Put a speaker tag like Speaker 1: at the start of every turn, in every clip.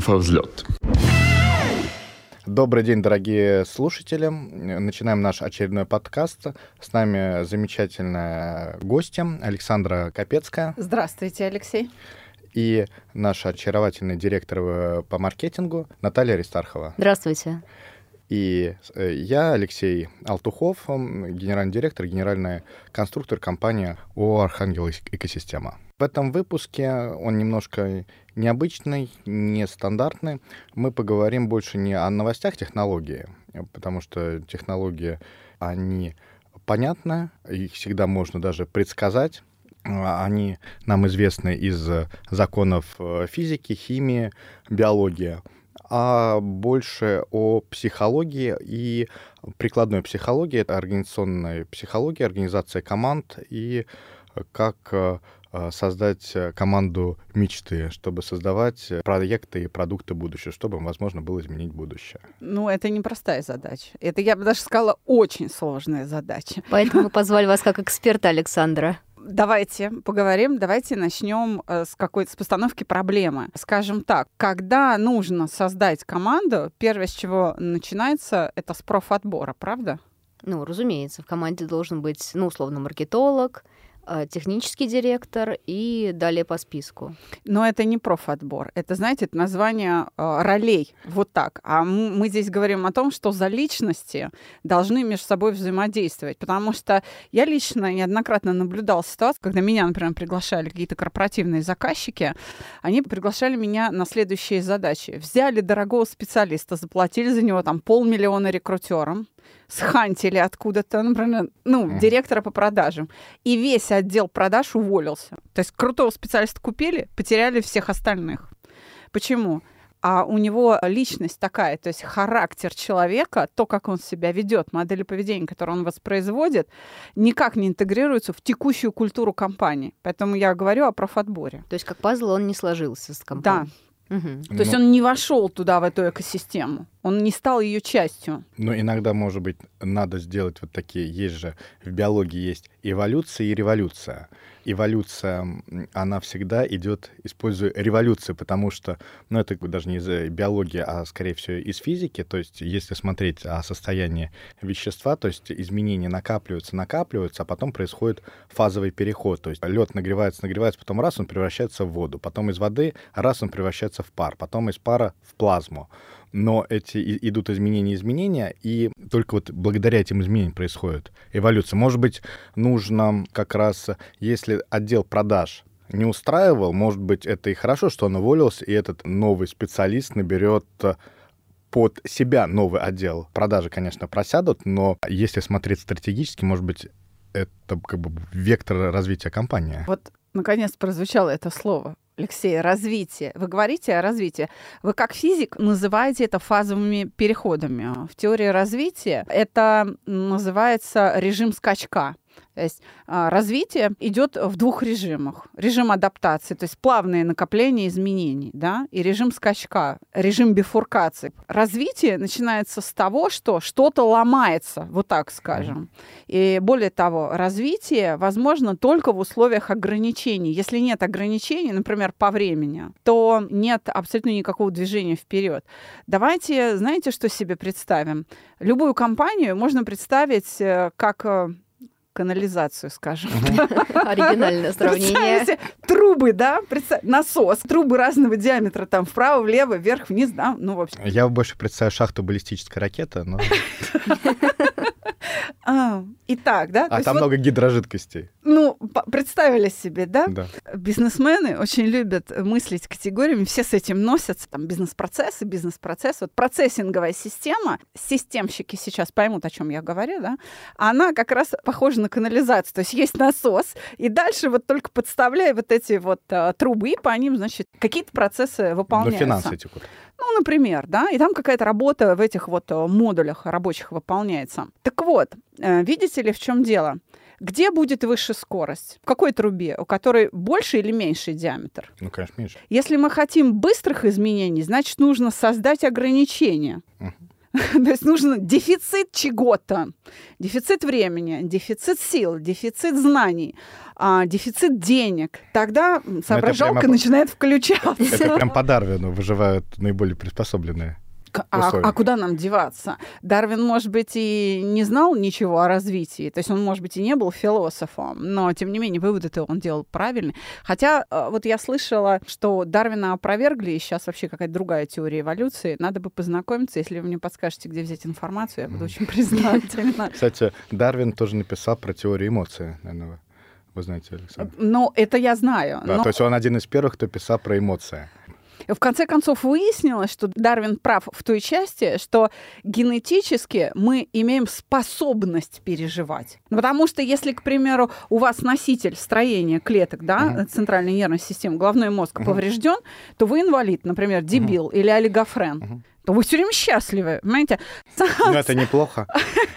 Speaker 1: Инфовзлет.
Speaker 2: Добрый день, дорогие слушатели. Начинаем наш очередной подкаст. С нами замечательная гостья Александра Капецкая.
Speaker 3: Здравствуйте, Алексей.
Speaker 2: И наш очаровательный директор по маркетингу Наталья Аристархова.
Speaker 4: Здравствуйте.
Speaker 2: И я, Алексей Алтухов, генеральный директор, генеральный конструктор компании ООО «Архангел Экосистема». В этом выпуске он немножко необычный, нестандартный. Мы поговорим больше не о новостях технологии, потому что технологии, они понятны, их всегда можно даже предсказать. Они нам известны из законов физики, химии, биологии, а больше о психологии и прикладной психологии. Это организационная психология, организация команд и как создать команду мечты, чтобы создавать проекты и продукты будущего, чтобы, возможно, было изменить будущее.
Speaker 3: Ну, это непростая задача. Это, я бы даже сказала, очень сложная задача.
Speaker 4: Поэтому мы позвали вас как эксперта, Александра.
Speaker 3: Давайте поговорим, давайте начнем с постановки проблемы. Скажем так, когда нужно создать команду, первое, с чего начинается, это с профотбора, правда?
Speaker 4: Ну, разумеется, в команде должен быть, условно, маркетолог, технический директор и далее по списку.
Speaker 3: Но это не профотбор. Это, знаете, это название ролей. Вот так. А мы здесь говорим о том, что за личности должны между собой взаимодействовать. Потому что я лично неоднократно наблюдала ситуацию, когда меня, например, приглашали какие-то корпоративные заказчики, они приглашали меня на следующие задачи. Взяли дорогого специалиста, заплатили за него там 500 000 рекрутерам, схантили откуда-то, например, директора по продажам, и весь отдел продаж уволился. То есть крутого специалиста купили, потеряли всех остальных. Почему? А у него личность такая, то есть характер человека, то, как он себя ведет, модели поведения, которые он воспроизводит, никак не интегрируются в текущую культуру компании. Поэтому я говорю о профотборе.
Speaker 4: То есть как пазл он не сложился с компанией.
Speaker 3: Да. То есть он не вошел туда, в эту экосистему. Он не стал ее частью.
Speaker 2: Но иногда, может быть, надо сделать вот такие... Есть же, в биологии есть эволюция и революция. Эволюция, она всегда идет, используя революцию, потому что, это даже не из биологии, а, скорее всего, из физики. То есть если смотреть о состоянии вещества, то есть изменения накапливаются, а потом происходит фазовый переход. То есть лед нагревается, потом раз он превращается в воду, потом из воды раз он превращается в пар, потом из пара в плазму. Но эти идут изменения, и только вот благодаря этим изменениям происходит эволюция. Может быть, нужно как раз, если отдел продаж не устраивал, может быть, это и хорошо, что он уволился, и этот новый специалист наберет под себя новый отдел. Продажи, конечно, просядут, но если смотреть стратегически, может быть, это как бы вектор развития компании.
Speaker 3: Вот, наконец, прозвучало это слово. Алексей, развитие. Вы говорите о развитии. Вы как физик называете это фазовыми переходами. В теории развития это называется режим скачка. То есть развитие идет в двух режимах. Режим адаптации, то есть плавное накопление изменений, да, и режим скачка, режим бифуркации. Развитие начинается с того, что что-то ломается, вот так скажем. И более того, развитие возможно только в условиях ограничений. Если нет ограничений, например, по времени, то нет абсолютно никакого движения вперед. Давайте, знаете, что себе представим? Любую компанию можно представить как канализацию, скажем.
Speaker 4: Оригинальное сравнение.
Speaker 3: Трубы, да? Насос. Трубы разного диаметра, там вправо, влево, вверх, вниз, да? В общем.
Speaker 2: Я больше представляю шахту баллистической ракеты, но...
Speaker 3: Итак, да?
Speaker 2: Там много гидрожидкостей.
Speaker 3: Представили себе, да?
Speaker 2: Да.
Speaker 3: Бизнесмены очень любят мыслить категориями, все с этим носятся. Там бизнес-процесс. Вот процессинговая система, системщики сейчас поймут, о чем я говорю, да? Она как раз похожа на канализацию. То есть есть насос, и дальше вот только подставляя вот эти вот трубы, и по ним, значит, какие-то процессы выполняются.
Speaker 2: Финансы текут.
Speaker 3: Например, да, и там какая-то работа в этих вот модулях рабочих выполняется. Так вот, видите ли, в чем дело? Где будет высшая скорость? В какой трубе? У которой больше или меньше диаметр?
Speaker 2: Конечно, меньше.
Speaker 3: Если мы хотим быстрых изменений, значит, нужно создать ограничения. То есть нужен дефицит чего-то, дефицит времени, дефицит сил, дефицит знаний, дефицит денег. Тогда соображалка начинает включаться.
Speaker 2: Это прям по Дарвину выживают наиболее приспособленные.
Speaker 3: А куда нам деваться? Дарвин, может быть, и не знал ничего о развитии, то есть он, может быть, и не был философом, но, тем не менее, выводы-то он делал правильные. Хотя вот я слышала, что Дарвина опровергли, и сейчас вообще какая-то другая теория эволюции. Надо бы познакомиться. Если вы мне подскажете, где взять информацию, я буду очень признательна.
Speaker 2: Кстати, Дарвин тоже написал про теорию эмоций, наверное, вы знаете, Александр.
Speaker 3: Ну, это я знаю.
Speaker 2: Да, то есть он один из первых, кто писал про эмоции.
Speaker 3: В конце концов, выяснилось, что Дарвин прав в той части, что генетически мы имеем способность переживать. Потому что если, к примеру, у вас носитель строения клеток, да, центральной нервной системы, головной мозг поврежден, то вы инвалид, например, дебил или олигофрен. То вы все время счастливы, понимаете?
Speaker 2: Ну, это неплохо.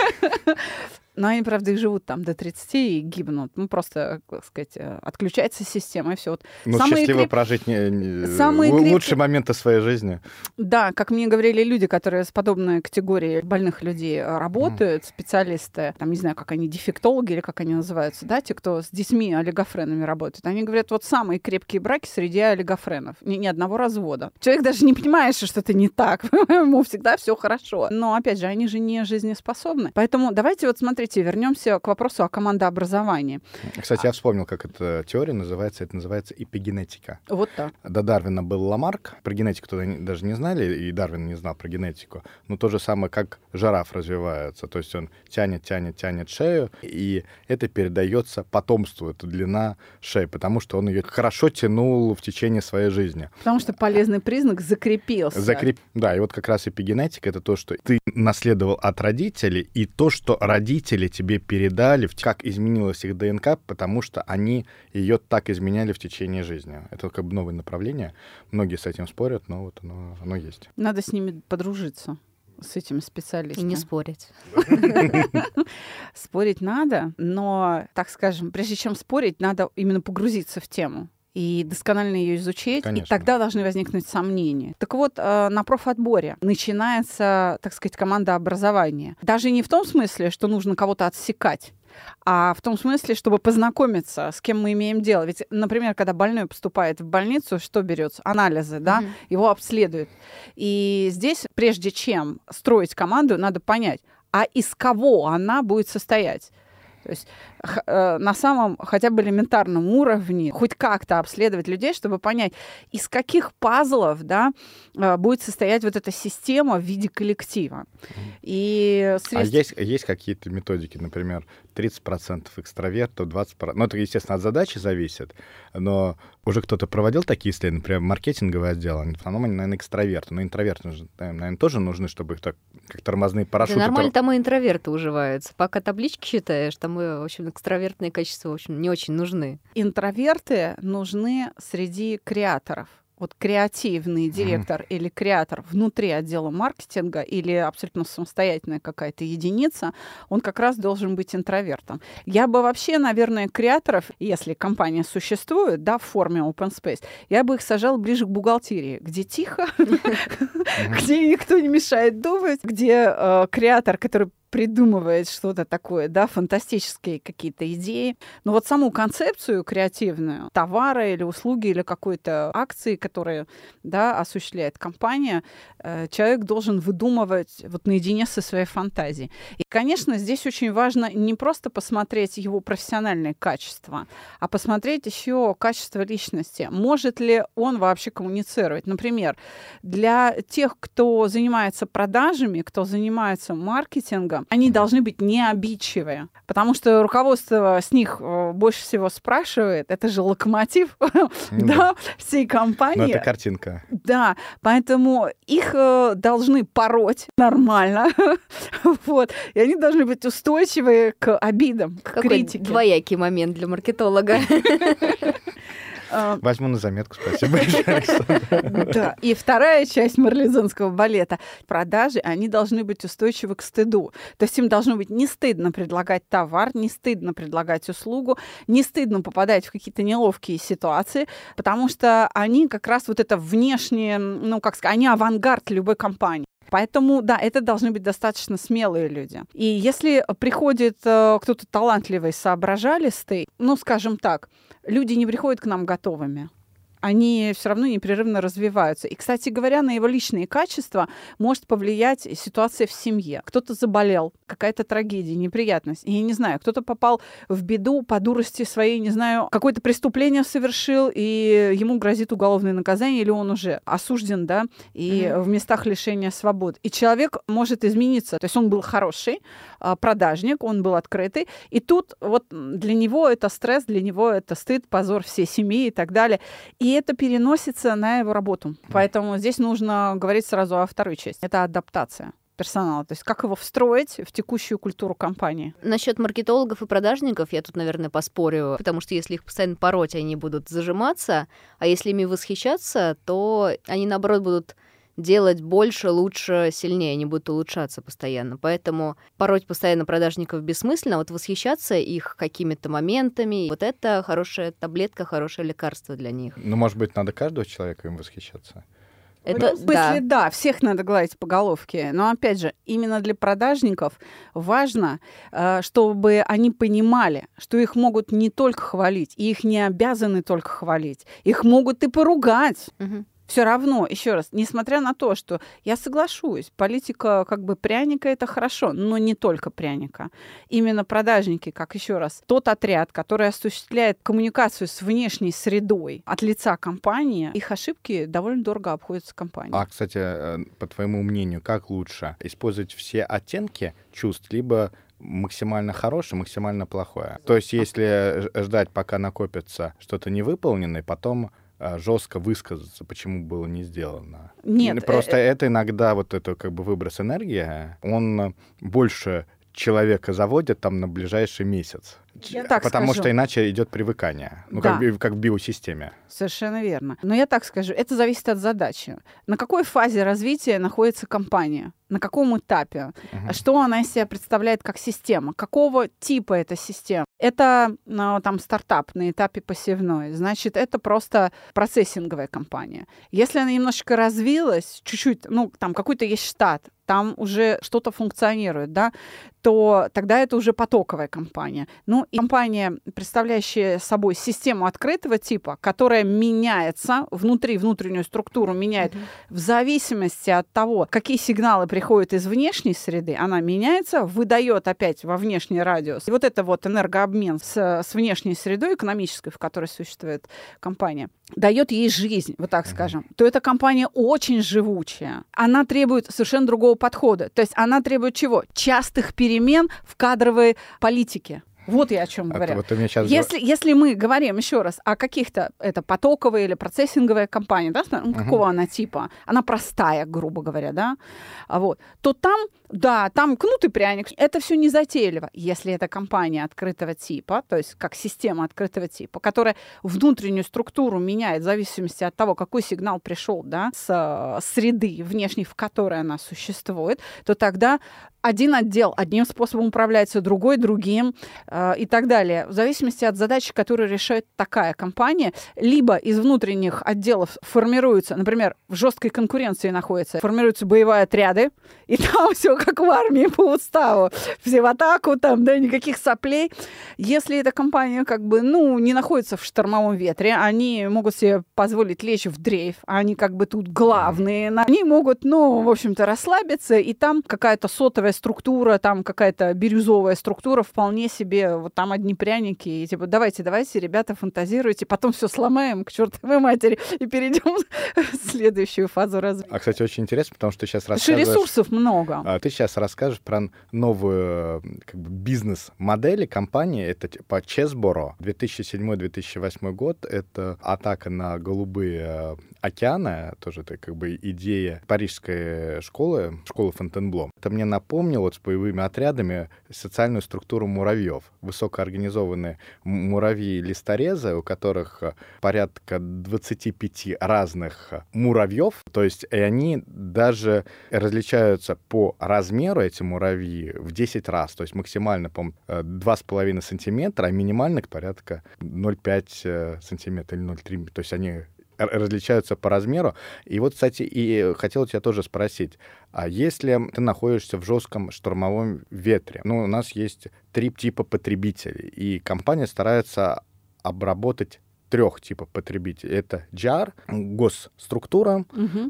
Speaker 3: Но они, правда, и живут там до 30 и гибнут. Ну, просто, так сказать, отключается система, и все. Вот
Speaker 2: ну, счастливо прожить лучшие моменты своей жизни.
Speaker 3: Да, как мне говорили люди, которые с подобной категорией больных людей работают, специалисты, там, не знаю, как они, дефектологи или как они называются, да, те, кто с детьми олигофренами работают, они говорят, вот самые крепкие браки среди олигофренов. Ни одного развода. Человек даже не понимает, что что-то не так. Ему всегда все хорошо. Но, опять же, они же не жизнеспособны. Поэтому давайте вот смотрите, вернемся к вопросу о командообразовании.
Speaker 2: Кстати, я вспомнил, как эта теория называется. Это называется эпигенетика.
Speaker 3: Вот так.
Speaker 2: До Дарвина был Ламарк. Про генетику тогда даже не знали, и Дарвин не знал про генетику. Но то же самое, как жираф развивается. То есть он тянет шею, и это передается потомству. Это длина шеи, потому что он ее хорошо тянул в течение своей жизни.
Speaker 3: Потому что полезный признак закрепился.
Speaker 2: Да, и вот как раз эпигенетика — это то, что ты наследовал от родителей, и то, что родители тебе передали, как изменилась их ДНК, потому что они ее так изменяли в течение жизни. Это как бы новое направление. Многие с этим спорят, но вот оно есть.
Speaker 3: Надо с ними подружиться, с этими специалистами.
Speaker 4: И не спорить.
Speaker 3: Спорить надо, но, так скажем, прежде чем спорить, надо именно погрузиться в тему и досконально ее изучить,
Speaker 2: Конечно.
Speaker 3: И тогда должны возникнуть сомнения. Так вот, на профотборе начинается, так сказать, командообразование. Даже не в том смысле, что нужно кого-то отсекать, а в том смысле, чтобы познакомиться, с кем мы имеем дело. Ведь, например, когда больной поступает в больницу, что берется? Анализы, да? Его обследуют. И здесь, прежде чем строить команду, надо понять, а из кого она будет состоять. То есть на самом хотя бы элементарном уровне хоть как-то обследовать людей, чтобы понять, из каких пазлов, да, будет состоять вот эта система в виде коллектива. И
Speaker 2: есть какие-то методики, например, 30% экстравертов, 20%... Ну, это, естественно, от задачи зависит, но уже кто-то проводил такие исследования, например, маркетинговое отдел, в основном они, наверное, экстраверты. Но интроверты, наверное, тоже нужны, чтобы их так, как тормозные парашюты...
Speaker 4: Да нормально там и интроверты уживаются. Пока таблички читаешь, там, в общем, экстравертные качества, в общем, не очень нужны.
Speaker 3: Интроверты нужны среди креаторов. Вот креативный директор или креатор внутри отдела маркетинга или абсолютно самостоятельная какая-то единица, он как раз должен быть интровертом. Я бы вообще, наверное, креаторов, если компания существует, да, в форме open space, я бы их сажала ближе к бухгалтерии, где тихо, где никто не мешает думать, где креатор, который придумывает что-то такое, да, фантастические какие-то идеи. Но вот саму концепцию креативную, товара или услуги, или какой-то акции, которые, да, осуществляет компания, человек должен выдумывать вот наедине со своей фантазией. И, конечно, здесь очень важно не просто посмотреть его профессиональные качества, а посмотреть еще качество личности. Может ли он вообще коммуницировать? Например, для тех, кто занимается продажами, кто занимается маркетингом, они должны быть не обидчивые, потому что руководство с них больше всего спрашивает. Это же локомотив да, всей компании.
Speaker 2: Ну, это картинка.
Speaker 3: Да, поэтому их должны пороть нормально. Вот. И они должны быть устойчивы к обидам, к критике.
Speaker 4: Двоякий момент для маркетолога.
Speaker 2: Возьму на заметку, спасибо большое, Александр.
Speaker 3: Да, и вторая часть марлезонского балета. Продажи, они должны быть устойчивы к стыду. То есть им должно быть не стыдно предлагать товар, не стыдно предлагать услугу, не стыдно попадать в какие-то неловкие ситуации, потому что они как раз вот это внешнее, ну, как сказать, они авангард любой компании. Поэтому, да, это должны быть достаточно смелые люди. И если приходит кто-то талантливый, соображалистый, ну, скажем так, люди не приходят к нам готовыми. Они все равно непрерывно развиваются. И, кстати говоря, на его личные качества может повлиять ситуация в семье. Кто-то заболел, какая-то трагедия, неприятность. И я не знаю, кто-то попал в беду по дурости своей, не знаю, какое-то преступление совершил, и ему грозит уголовное наказание, или он уже осужден, да, и в местах лишения свободы. И человек может измениться. То есть он был хороший продажник, он был открытый. И тут вот для него это стресс, для него это стыд, позор всей семьи и так далее. И это переносится на его работу. Поэтому здесь нужно говорить сразу о второй части. Это адаптация персонала, то есть как его встроить в текущую культуру компании.
Speaker 4: Насчет маркетологов и продажников я тут, наверное, поспорю, потому что если их постоянно пороть, они будут зажиматься, а если ими восхищаться, то они, наоборот, будут делать больше, лучше, сильнее, они будут улучшаться постоянно. Поэтому пороть постоянно продажников бессмысленно, а вот восхищаться их какими-то моментами, вот это хорошая таблетка, хорошее лекарство для них.
Speaker 2: Ну, может быть, надо каждого человека им восхищаться?
Speaker 3: Это, в смысле, да, всех надо гладить по головке. Но, опять же, именно для продажников важно, чтобы они понимали, что их могут не только хвалить, и их не обязаны только хвалить. Их могут и поругать. Все равно, еще раз, несмотря на то, что я соглашусь, политика как бы пряника — это хорошо, но не только пряника. Именно продажники, как еще раз, тот отряд, который осуществляет коммуникацию с внешней средой от лица компании, их ошибки довольно дорого обходятся компании.
Speaker 2: А, кстати, по твоему мнению, как лучше? Использовать все оттенки чувств, либо максимально хорошее, максимально плохое? То есть если ждать, пока накопится что-то невыполненное, потом жестко высказаться, почему было не сделано.
Speaker 3: Нет.
Speaker 2: Просто это иногда вот это как бы выброс энергии, он больше человека заводит там на ближайший месяц. Потому что иначе идет привыкание, ну, да. как в биосистеме.
Speaker 3: Совершенно верно. Но я так скажу, это зависит от задачи. На какой фазе развития находится компания? На каком этапе? Что она из себя представляет как система? Какого типа эта система? Это там стартап на этапе посевной. Значит, это просто процессинговая компания. Если она немножечко развилась, чуть-чуть, ну, там какой-то есть штат, там уже что-то фуnkционирует, да, то тогда это уже потоковая компания. Ну, и компания, представляющая собой систему открытого типа, которая меняется внутреннюю структуру меняет в зависимости от того, какие сигналы приходят из внешней среды, она меняется, выдает опять во внешний радиус. И вот это вот энергообмен с внешней средой экономической, в которой существует компания, дает ей жизнь, вот так скажем, то эта компания очень живучая. Она требует совершенно другого подхода. То есть она требует чего? Частых перемен в кадровой политике. Вот я о чем говорю.
Speaker 2: Вот сейчас...
Speaker 3: Если мы говорим еще раз о каких-то, это потоковая или процессинговая компания, да, какого она типа, она простая, грубо говоря, да, вот, то там, да, там кнут и пряник, это все не затейливо. Если это компания открытого типа, то есть как система открытого типа, которая внутреннюю структуру меняет в зависимости от того, какой сигнал пришел, да, с среды внешней, в которой она существует, то тогда один отдел одним способом управляется, другой другим и так далее. В зависимости от задачи, которую решает такая компания, либо из внутренних отделов формируются, например, в жесткой конкуренции находятся, формируются боевые отряды, и там все как в армии по уставу. Все в атаку, там, да, никаких соплей. Если эта компания как бы, ну, не находится в штормовом ветре, они могут себе позволить лечь в дрейф, они как бы тут главные, они могут, ну, в общем-то, расслабиться, и там какая-то сотовая структура, там какая-то бирюзовая структура вполне себе, вот там одни пряники, и типа давайте, ребята, фантазируйте, потом все сломаем к чертовой матери и перейдем в следующую фазу развития.
Speaker 2: А, кстати, очень интересно, потому что сейчас рассказываешь...
Speaker 3: Ресурсов много.
Speaker 2: Ты сейчас расскажешь про новую как бы, бизнес-модель компании, это по Chessboro, 2007-2008 год, это атака на голубые океаны, тоже это как бы идея парижской школы Фонтенбло. Это мне напомнило вот с боевыми отрядами социальную структуру муравьев. Высокоорганизованные муравьи-листорезы, у которых порядка 25 разных муравьев, то есть и они даже различаются по размеру, эти муравьи, в 10 раз, то есть максимально, по-моему, 2,5 сантиметра, а минимально порядка 0,5 сантиметра или 0,3, то есть они различаются по размеру. И вот, кстати, и хотел тебя тоже спросить, а если ты находишься в жестком штормовом ветре, ну, у нас есть 3 типа потребителей, и компания старается обработать 3 типов потребителей. Это JAR, госструктура,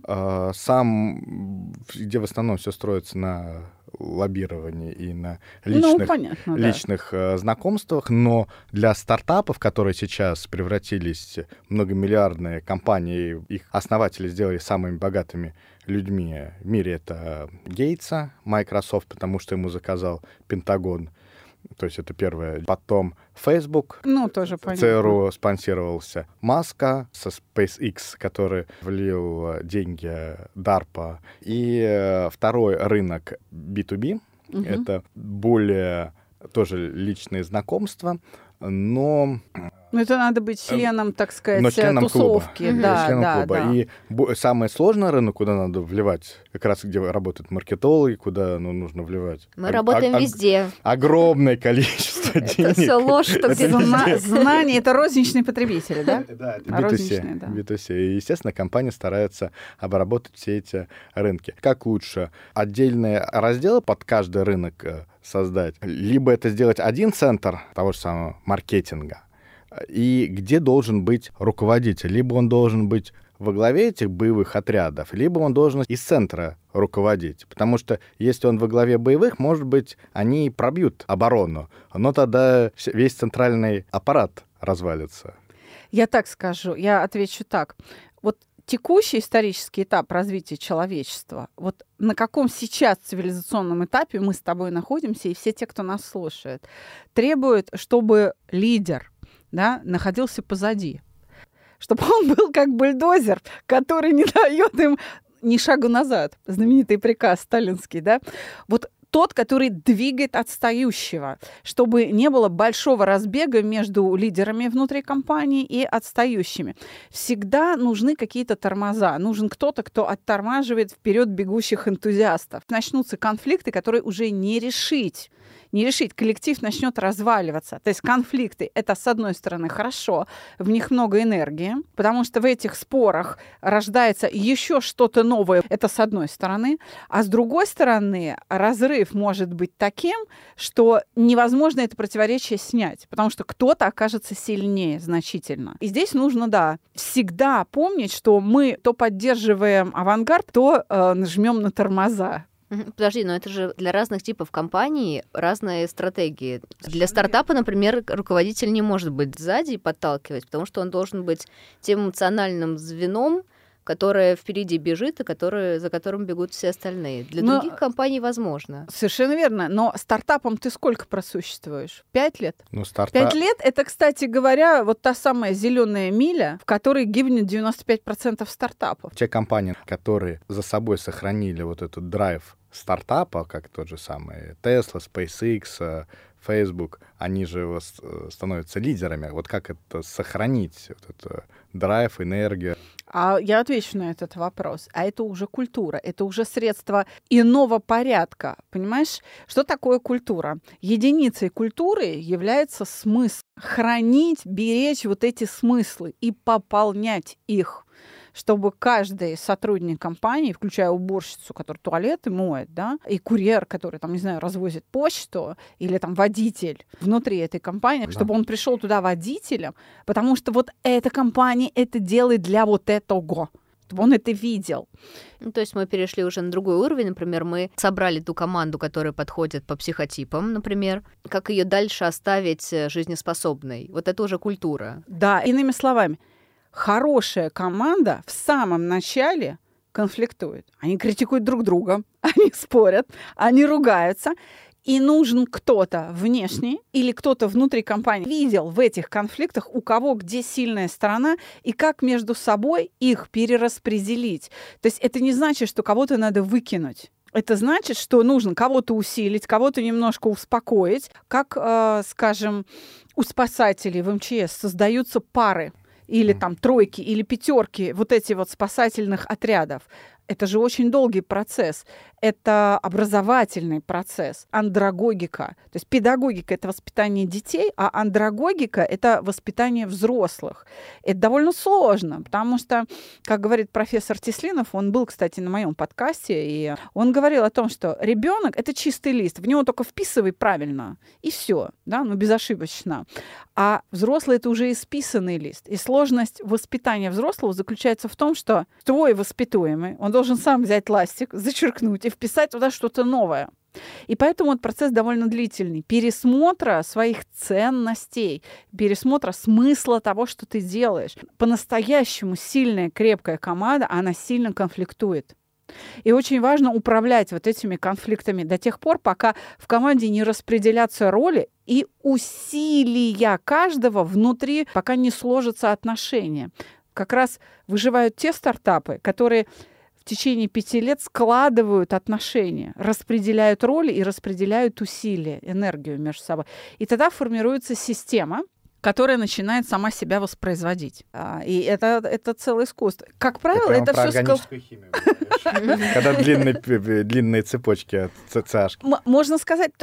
Speaker 2: где в основном все строится на лоббировании и на личных знакомствах, но для стартапов, которые сейчас превратились в многомиллиардные компании, их основатели сделали самыми богатыми людьми в мире, это Гейтса, Microsoft, потому что ему заказал Пентагон. То есть это первое. Потом Facebook,
Speaker 3: тоже
Speaker 2: ЦРУ спонсировался. Маска со SpaceX, который влил деньги DARPA. И второй рынок B2B. Это более тоже личные знакомства, но...
Speaker 3: это надо быть членом, так сказать,
Speaker 2: членом
Speaker 3: тусовки.
Speaker 2: Клуба. Членом клуба. И самый сложный рынок, куда надо вливать, как раз где работают маркетологи, куда нужно вливать.
Speaker 4: Мы работаем везде.
Speaker 2: Огромное количество денег.
Speaker 4: Это все ложь, что где-то.
Speaker 3: Знания — это розничные потребители, да?
Speaker 2: Да, это B2C. И, естественно, компания старается обработать все эти рынки. Как лучше? Отдельные разделы под каждый рынок создать? Либо это сделать один центр того же самого маркетинга, и где должен быть руководитель. Либо он должен быть во главе этих боевых отрядов, либо он должен из центра руководить. Потому что если он во главе боевых, может быть, они пробьют оборону, но тогда весь центральный аппарат развалится.
Speaker 3: Я так скажу, я отвечу так. Вот текущий исторический этап развития человечества, вот на каком сейчас цивилизационном этапе мы с тобой находимся, и все те, кто нас слушает, требует, чтобы лидер, находился позади. Чтобы он был как бульдозер, который не дает им ни шагу назад. Знаменитый приказ сталинский, Вот тот, который двигает отстающего, чтобы не было большого разбега между лидерами внутри компании и отстающими. Всегда нужны какие-то тормоза. Нужен кто-то, кто оттормаживает вперед бегущих энтузиастов. Начнутся конфликты, которые уже не решить. Коллектив начнет разваливаться. То есть конфликты — это, с одной стороны, хорошо, в них много энергии, потому что в этих спорах рождается еще что-то новое. Это с одной стороны. А с другой стороны, разрыв может быть таким, что невозможно это противоречие снять, потому что кто-то окажется сильнее значительно. И здесь нужно, всегда помнить, что мы то поддерживаем авангард, то нажмем на тормоза.
Speaker 4: Подожди, но это же для разных типов компаний разные стратегии. Для стартапа, например, руководитель не может быть сзади и подталкивать, потому что он должен быть тем эмоциональным звеном, которое впереди бежит и за которым бегут все остальные. Для других компаний возможно.
Speaker 3: Совершенно верно. Но стартапом ты сколько просуществуешь? 5 лет?
Speaker 2: 5
Speaker 3: лет — это, кстати говоря, вот та самая зеленая миля, в которой гибнет 95% стартапов.
Speaker 2: Те компании, которые за собой сохранили вот этот драйв стартапа, как тот же самый Tesla, SpaceX, Facebook, они же становятся лидерами. Вот как это сохранить, вот это драйв, энергию?
Speaker 3: А я отвечу на этот вопрос. А это уже культура, это уже средство иного порядка. Понимаешь, что такое культура? Единицей культуры является смысл. Хранить, беречь вот эти смыслы и пополнять их, чтобы каждый сотрудник компании, включая уборщицу, которая туалеты моет, и курьер, который, развозит почту, или водитель внутри этой компании, чтобы он пришел туда водителем, потому что вот эта компания это делает для вот этого, чтобы он это видел.
Speaker 4: То есть мы перешли уже на другой уровень, например, мы собрали ту команду, которая подходит по психотипам, например, как ее дальше оставить жизнеспособной. Вот это уже культура.
Speaker 3: Да, иными словами, хорошая команда в самом начале конфликтует. Они критикуют друг друга, они спорят, они ругаются. И нужен кто-то внешний или кто-то внутри компании видел в этих конфликтах, у кого где сильная сторона, и как между собой их перераспределить. То есть это не значит, что кого-то надо выкинуть. Это значит, что нужно кого-то усилить, кого-то немножко успокоить. Как, скажем, у спасателей в МЧС создаются пары, или тройки, или пятерки вот эти вот спасательных отрядов. это же очень долгий процесс. Это образовательный процесс, андрогогика. То есть педагогика — это воспитание детей, а андрогогика — это воспитание взрослых. Это довольно сложно, потому что, как говорит профессор Теслинов, он был, кстати, на моем подкасте, и он говорил о том, что ребенок — это чистый лист, в него только вписывай правильно, и все, да, ну, безошибочно. А взрослый — это уже исписанный лист. И сложность воспитания взрослого заключается в том, что твой воспитуемый, он должен сам взять ластик, зачеркнуть и вписать туда что-то новое. И поэтому этот процесс довольно длительный. Пересмотра своих ценностей, пересмотра смысла того, что ты делаешь. По-настоящему сильная, крепкая команда, она сильно конфликтует. И очень важно управлять вот этими конфликтами до тех пор, пока в команде не распределятся роли и усилия каждого внутри, пока не сложатся отношения. Как раз выживают те стартапы, которые в течение 5 лет складывают отношения, распределяют роли и распределяют усилия, энергию между собой. И тогда формируется система, которая начинает сама себя воспроизводить. И это целое искусство. Как правило, это все...
Speaker 2: органическую химию. Когда длинные цепочки от ЦАшки.
Speaker 3: Можно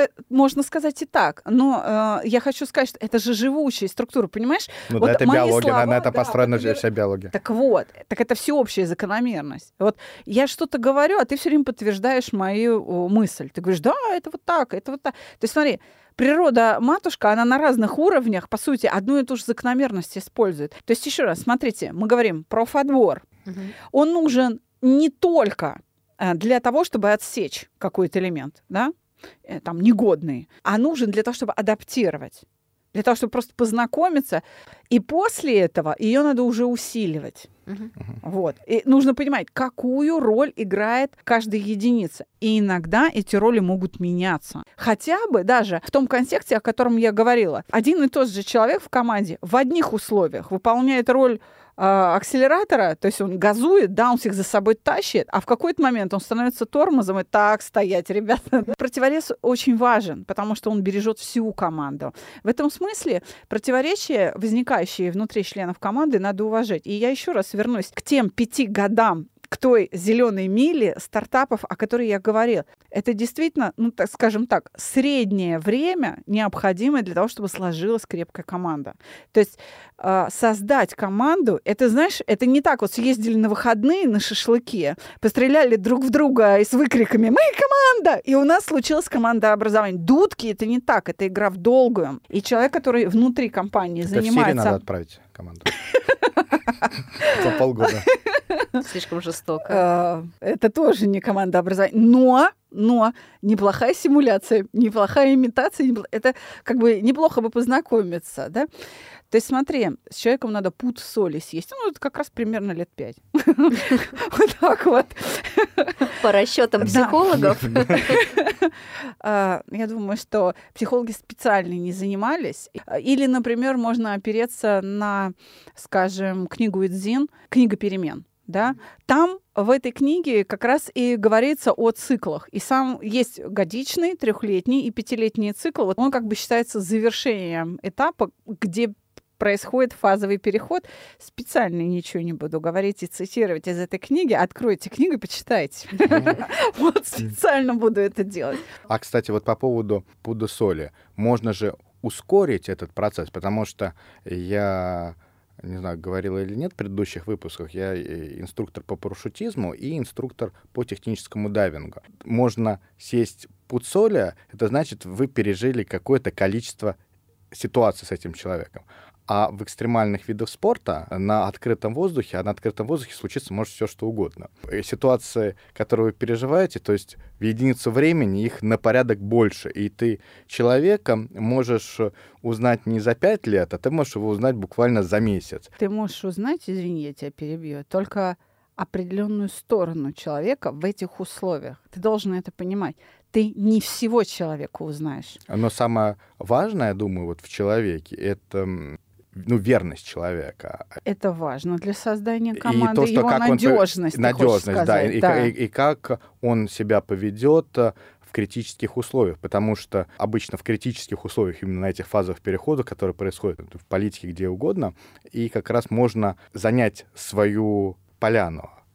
Speaker 3: сказать и так. Но я хочу сказать, что это же живучая структура, понимаешь?
Speaker 2: Ну да, это биология, на это построена вся биология.
Speaker 3: Так это всеобщая закономерность. Вот я что-то говорю, а ты все время подтверждаешь мою мысль. Ты говоришь, да, это вот так, это вот так. То есть смотри, природа-матушка, она на разных уровнях, по сути, одну и ту же закономерность использует. То есть, еще раз, смотрите, мы говорим про фадбор. Он нужен не только для того, чтобы отсечь какой-то элемент, да, там, негодный, а нужен для того, чтобы адаптировать. Для того, чтобы просто познакомиться. И после этого ее надо уже усиливать. Вот. И нужно понимать, какую роль играет каждая единица. И иногда эти роли могут меняться. Хотя бы даже в том контексте, о котором я говорила. Один и тот же человек в команде в одних условиях выполняет роль акселератора, то есть он газует, да, он всех за собой тащит, а в какой-то момент он становится тормозом и так, стоять, ребята. Противовес очень важен, потому что он бережет всю команду. В этом смысле противоречия, возникающие внутри членов команды, надо уважать. И я еще раз вернусь к тем 5 годам, к той зеленой миле стартапов, о которой я говорила. Это действительно, ну, так скажем так, среднее время, необходимое для того, чтобы сложилась крепкая команда. То есть создать команду, это, знаешь, это не так вот съездили на выходные на шашлыки, постреляли друг в друга и с выкриками «Мы команда!» И у нас случилось командообразование. Дудки — это не так, это игра в долгую. И человек, который внутри компании занимается...
Speaker 2: В Сирии надо отправить команду. По полгода.
Speaker 4: Слишком жестоко.
Speaker 3: Это тоже не командообразование. Но неплохая симуляция, неплохая имитация. Это как бы неплохо бы познакомиться, да? То есть смотри, с человеком надо пуд соли съесть. Ну, это как раз примерно лет 5. Вот так вот.
Speaker 4: По расчетам психологов.
Speaker 3: Я думаю, что психологи специально не занимались. Или, например, можно опереться на, скажем, книгу Идзин «Книга перемен». Да? Там в этой книге как раз и говорится о циклах. И сам есть годичный, 3-летний и 5-летний цикл. Вот он как бы считается завершением этапа, где происходит фазовый переход. Специально ничего не буду говорить и цитировать из этой книги. Откройте книгу и почитайте. Вот специально буду это делать.
Speaker 2: А, кстати, вот по поводу пуда соли. Можно же ускорить этот процесс, потому что я... не знаю, говорила или нет в предыдущих выпусках, я инструктор по парашютизму и инструктор по техническому дайвингу. Можно сесть пуд соли, это значит, вы пережили какое-то количество ситуаций с этим человеком. А в экстремальных видах спорта на открытом воздухе, случится может все что угодно. И ситуации, которые вы переживаете, то есть в единицу времени их на порядок больше. И ты человека можешь узнать не за 5 лет, а ты можешь его узнать буквально за месяц.
Speaker 3: Ты можешь узнать, извини, я тебя перебью, только определенную сторону человека в этих условиях. Ты должен это понимать. Ты не всего человека узнаешь.
Speaker 2: Но самое важное, я думаю, вот в человеке, это верность человека.
Speaker 3: Это важно для создания команды,
Speaker 2: и то, что
Speaker 3: его надежность.
Speaker 2: Надежность, да. И как он себя поведет в критических условиях, потому что обычно в критических условиях, именно на этих фазовых переходах, которые происходят в политике где угодно, и как раз можно занять свою поляну,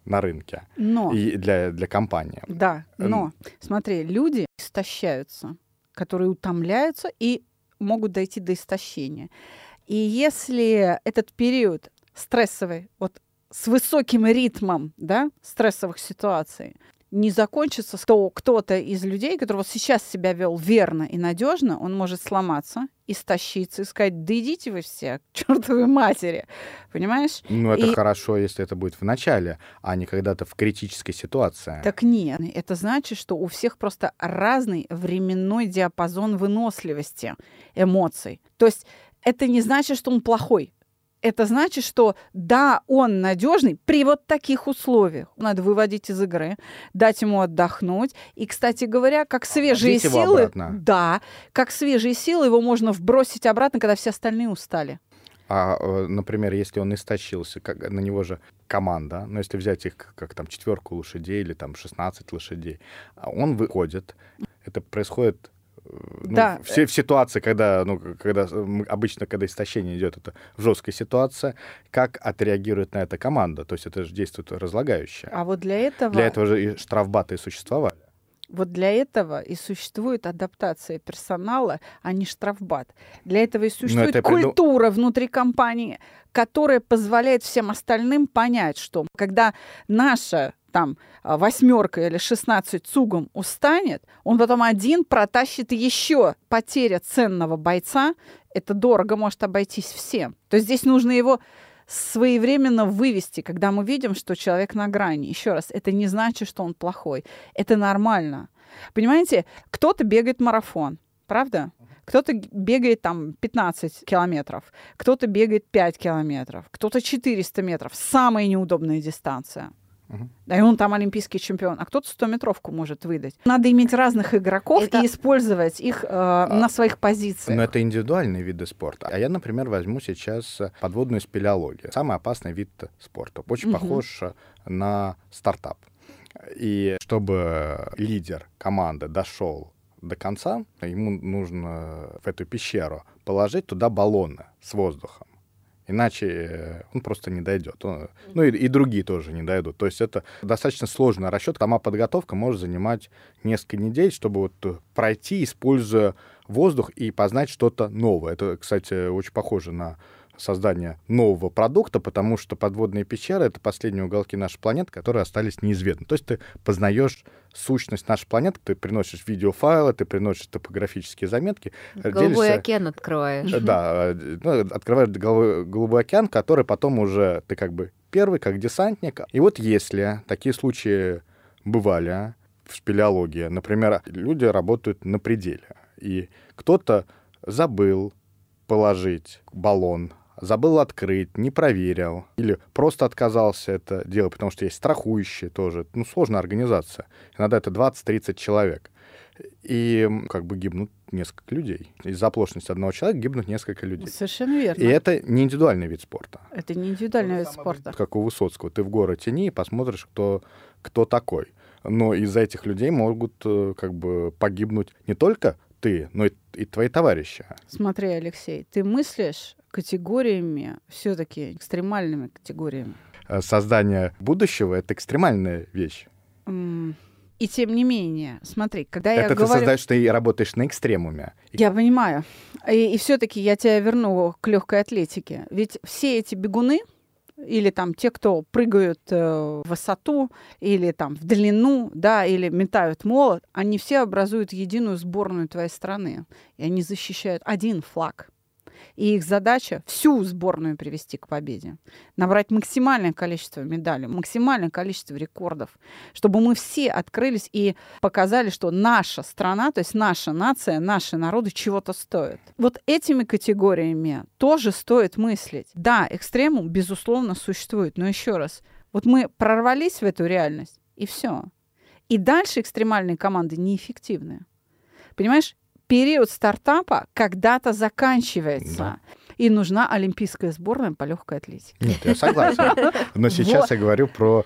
Speaker 2: на рынке
Speaker 3: Но,
Speaker 2: и для компании.
Speaker 3: да, но, смотри, люди истощаются, которые утомляются и могут дойти до истощения. И если этот период стрессовый, вот с высоким ритмом, да, стрессовых ситуаций, не закончится, то кто-то из людей, который вот сейчас себя вел верно и надежно, он может сломаться, истощиться и сказать: да идите вы все к чертовой матери. Понимаешь?
Speaker 2: Ну, это хорошо, если это будет в начале, а не когда-то в критической ситуации.
Speaker 3: Так нет, это значит, что у всех просто разный временной диапазон выносливости эмоций. То есть это не значит, что он плохой. Это значит, что да, он надежный при вот таких условиях. Надо выводить из игры, дать ему отдохнуть. И, кстати говоря, как свежие силы, да, как свежие силы его можно вбросить обратно, когда все остальные устали.
Speaker 2: А, например, если он истощился, на него же команда, ну, если взять их как там 4 лошадей или там 16 лошадей, он выходит, это происходит... Ну,
Speaker 3: да.
Speaker 2: в ситуации, когда обычно, когда истощение идет, это жесткая ситуация, как отреагирует на это команда? То есть это же действует разлагающее.
Speaker 3: А вот для этого...
Speaker 2: Для этого же и штрафбаты и существовали.
Speaker 3: Вот для этого и существует адаптация персонала, а не штрафбат. Для этого и существует культура внутри компании, которая позволяет всем остальным понять, что когда наша там 8 или 16 цугом устанет, он потом один протащит еще. Потеря ценного бойца, это дорого может обойтись всем. То есть здесь нужно его своевременно вывести, когда мы видим, что человек на грани. Еще раз, это не значит, что он плохой. Это нормально. Понимаете, кто-то бегает марафон, правда? Кто-то бегает там 15 километров, кто-то бегает 5 километров, кто-то 400 метров. Самая неудобная дистанция. Да, и он там олимпийский чемпион, а кто-то 100-метровку может выдать. Надо иметь разных игроков и использовать их на своих позициях.
Speaker 2: Но это индивидуальные виды спорта. А я, например, возьму сейчас подводную спелеологию. Самый опасный вид спорта. Очень похож на стартап. И чтобы лидер команды дошел до конца, ему нужно в эту пещеру положить туда баллоны с воздухом. Иначе он просто не дойдет. Ну и другие тоже не дойдут. То есть это достаточно сложный расчет. Сама подготовка может занимать несколько недель, чтобы вот пройти, используя воздух и познать что-то новое. Это, кстати, очень похоже на создание нового продукта, потому что подводные пещеры — это последние уголки нашей планеты, которые остались неизвестны. То есть ты познаешь сущность нашей планеты, ты приносишь видеофайлы, ты приносишь топографические заметки.
Speaker 4: Голубой океан открываешь.
Speaker 2: Да, открываешь голубой океан, который потом уже ты как бы первый, как десантник. И вот если такие случаи бывали в спелеологии, например, люди работают на пределе, и кто-то забыл положить баллон, забыл открыть, не проверил, или просто отказался это делать, потому что есть страхующие тоже. Ну, сложная организация. Иногда это 20-30 человек. И как бы гибнут несколько людей. Из-за оплошности одного человека гибнут несколько людей.
Speaker 3: Совершенно верно.
Speaker 2: И это не индивидуальный вид спорта.
Speaker 3: Это не индивидуальный вид спорта.
Speaker 2: Как у Высоцкого. Ты в горы тяни и посмотришь, кто такой. Но из-за этих людей могут как бы погибнуть не только ты, но и твои товарищи. Смотри,
Speaker 3: Алексей, ты мыслишь категориями, все-таки экстремальными категориями.
Speaker 2: Создание будущего — это экстремальная вещь.
Speaker 3: И тем не менее, смотри, когда я
Speaker 2: говорю...
Speaker 3: Это ты
Speaker 2: создаешь, ты работаешь на экстремуме.
Speaker 3: Я понимаю. И все-таки я тебя верну к легкой атлетике. Ведь все эти бегуны, или там те, кто прыгают в высоту, или там в длину, да, или метают молот, они все образуют единую сборную твоей страны. И они защищают один флаг. И их задача — всю сборную привести к победе. Набрать максимальное количество медалей, максимальное количество рекордов, чтобы мы все открылись и показали, что наша страна, то есть наша нация, наши народы чего-то стоят. Вот этими категориями тоже стоит мыслить. Да, экстремум, безусловно, существует, но еще раз, вот мы прорвались в эту реальность, и все. И дальше экстремальные команды неэффективны. Понимаешь? Период стартапа когда-то заканчивается. Да. И нужна олимпийская сборная по легкой атлетике.
Speaker 2: Нет, я согласен. Но сейчас я говорю про